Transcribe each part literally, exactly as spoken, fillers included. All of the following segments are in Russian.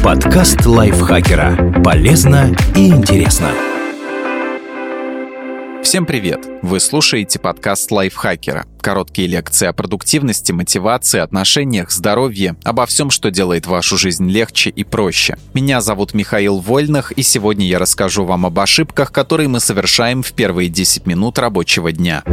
Подкаст лайфхакера. Полезно и интересно. Всем привет! Вы слушаете подкаст лайфхакера. Короткие лекции о продуктивности, мотивации, отношениях, здоровье, обо всем, что делает вашу жизнь легче и проще. Меня зовут Михаил Вольных, и сегодня я расскажу вам об ошибках, которые мы совершаем в первые десять минут рабочего дня.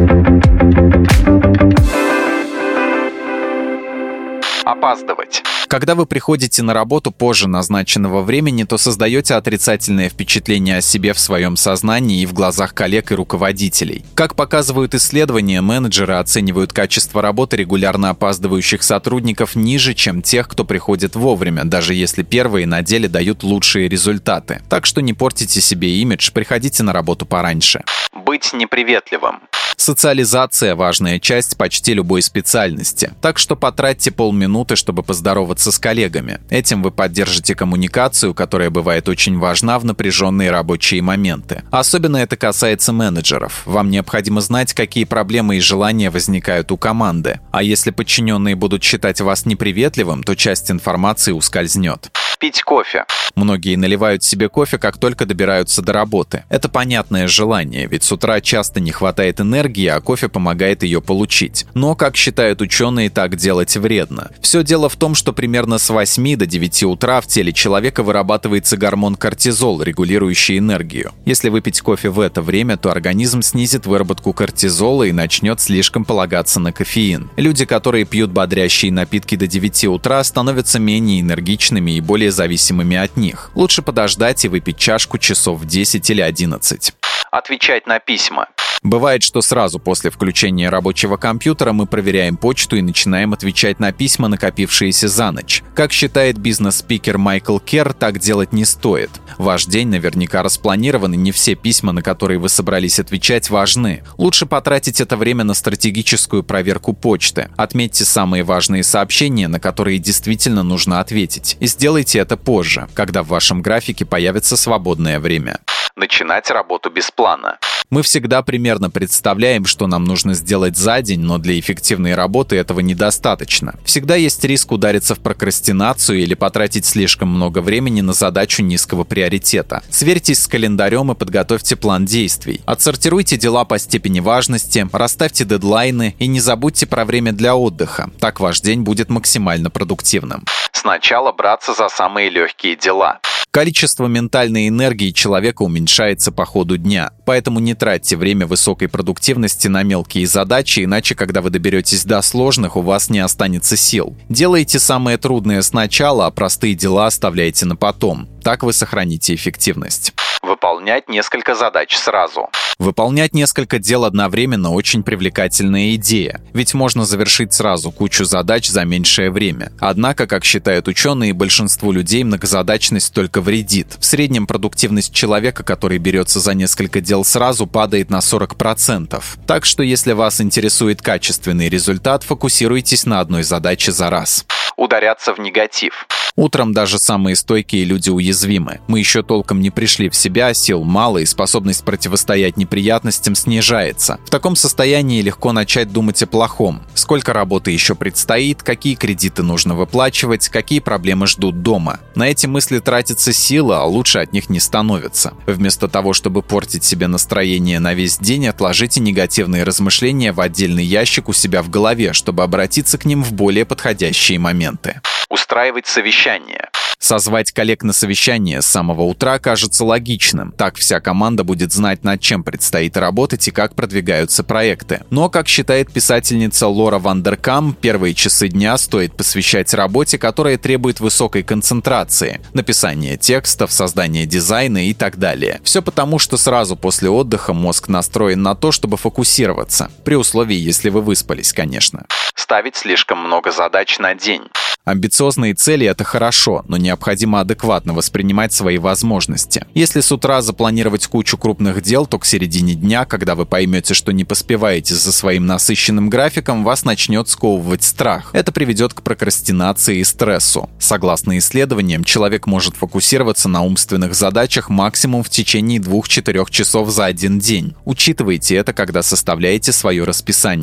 Опаздывать. Когда вы приходите на работу позже назначенного времени, то создаете отрицательное впечатление о себе в своем сознании и в глазах коллег и руководителей. Как показывают исследования, менеджеры оценивают качество работы регулярно опаздывающих сотрудников ниже, чем тех, кто приходит вовремя, даже если первые на деле дают лучшие результаты. Так что не портите себе имидж, приходите на работу пораньше. Быть неприветливым. Социализация – важная часть почти любой специальности, так что потратьте полминуты, чтобы поздороваться с коллегами. Этим вы поддержите коммуникацию, которая бывает очень важна в напряженные рабочие моменты. Особенно это касается менеджеров. Вам необходимо знать, какие проблемы и желания возникают у команды. А если подчиненные будут считать вас неприветливым, то часть информации ускользнет. Пить кофе. Многие наливают себе кофе, как только добираются до работы. Это понятное желание, ведь с утра часто не хватает энергии, а кофе помогает ее получить. Но, как считают ученые, так делать вредно. Все дело в том, что примерно с восьми до девяти утра в теле человека вырабатывается гормон кортизол, регулирующий энергию. Если выпить кофе в это время, то организм снизит выработку кортизола и начнет слишком полагаться на кофеин. Люди, которые пьют бодрящие напитки до девяти утра, становятся менее энергичными и более зависимыми от них. Лучше подождать и выпить чашку часов в десять или одиннадцать. Отвечать на письма. Бывает, что сразу после включения рабочего компьютера мы проверяем почту и начинаем отвечать на письма, накопившиеся за ночь. Как считает бизнес-спикер Майкл Керр, так делать не стоит. Ваш день наверняка распланирован, и не все письма, на которые вы собрались отвечать, важны. Лучше потратить это время на стратегическую проверку почты. Отметьте самые важные сообщения, на которые действительно нужно ответить. И сделайте это позже, когда в вашем графике появится свободное время. Начинать работу без плана. Мы всегда примерно представляем, что нам нужно сделать за день, но для эффективной работы этого недостаточно. Всегда есть риск удариться в прокрастинацию или потратить слишком много времени на задачу низкого приоритета. Сверьтесь с календарем и подготовьте план действий. Отсортируйте дела по степени важности, расставьте дедлайны и не забудьте про время для отдыха. Так ваш день будет максимально продуктивным. Сначала браться за самые легкие дела. Количество ментальной энергии человека уменьшается по ходу дня, поэтому не тратьте время высокой продуктивности на мелкие задачи, иначе, когда вы доберетесь до сложных, у вас не останется сил. Делайте самое трудное сначала, а простые дела оставляйте на потом. Так вы сохраните эффективность. Выполнять несколько задач сразу. Выполнять несколько дел одновременно – очень привлекательная идея, ведь можно завершить сразу кучу задач за меньшее время. Однако, как считают ученые, большинству людей многозадачность только вредит. В среднем продуктивность человека, который берется за несколько дел сразу, падает на сорок процентов. Так что, если вас интересует качественный результат, фокусируйтесь на одной задаче за раз. Ударяться в негатив. Утром даже самые стойкие люди уязвимы. Мы еще толком не пришли в себя, сил мало, и способность противостоять неприятностям снижается. В таком состоянии легко начать думать о плохом. Сколько работы еще предстоит, какие кредиты нужно выплачивать, какие проблемы ждут дома. На эти мысли тратится сила, а лучше от них не становится. Вместо того, чтобы портить себе настроение на весь день, отложите негативные размышления в отдельный ящик у себя в голове, чтобы обратиться к ним в более подходящие моменты. Устраивать совещание. Созвать коллег на совещание с самого утра кажется логичным. Так вся команда будет знать, над чем предстоит работать и как продвигаются проекты. Но, как считает писательница Лора Вандеркам, первые часы дня стоит посвящать работе, которая требует высокой концентрации. Написание текстов, создание дизайна и так далее. Все потому, что сразу после отдыха мозг настроен на то, чтобы фокусироваться. При условии, если вы выспались, конечно. Ставить слишком много задач на день. Амбициозные цели – это хорошо, но необходимо адекватно воспринимать свои возможности. Если с утра запланировать кучу крупных дел, то к середине дня, когда вы поймете, что не поспеваете за своим насыщенным графиком, вас начнет сковывать страх. Это приведет к прокрастинации и стрессу. Согласно исследованиям, человек может фокусироваться на умственных задачах максимум в течение двух-четырех часов за один день. Учитывайте это, когда составляете свое расписание.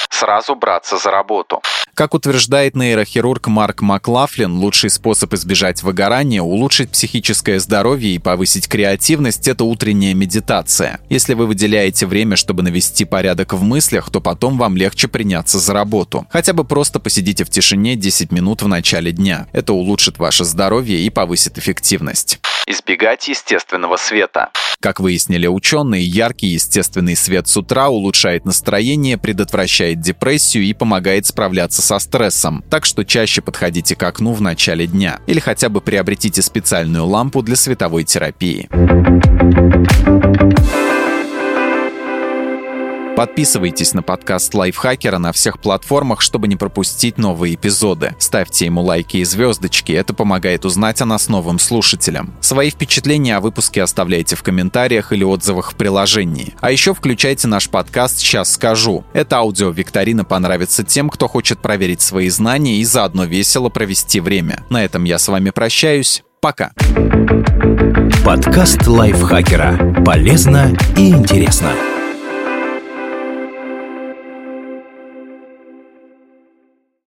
Сразу браться за работу. Как утверждает нейрохирург Марк Маклафлин, лучший способ избежать выгорания, улучшить психическое здоровье и повысить креативность – это утренняя медитация. Если вы выделяете время, чтобы навести порядок в мыслях, то потом вам легче приняться за работу. Хотя бы просто посидите в тишине десять минут в начале дня. Это улучшит ваше здоровье и повысит эффективность. Избегать естественного света. Как выяснили ученые, яркий естественный свет с утра улучшает настроение, предотвращает депрессию и помогает справляться со стрессом. Так что чаще подходите к окну в начале дня. Или хотя бы приобретите специальную лампу для световой терапии. Подписывайтесь на подкаст Лайфхакера на всех платформах, чтобы не пропустить новые эпизоды. Ставьте ему лайки и звездочки, это помогает узнать о нас новым слушателям. Свои впечатления о выпуске оставляйте в комментариях или отзывах в приложении. А еще включайте наш подкаст «Сейчас скажу». Эта аудиовикторина понравится тем, кто хочет проверить свои знания и заодно весело провести время. На этом я с вами прощаюсь. Пока. Подкаст Лайфхакера. Полезно и интересно.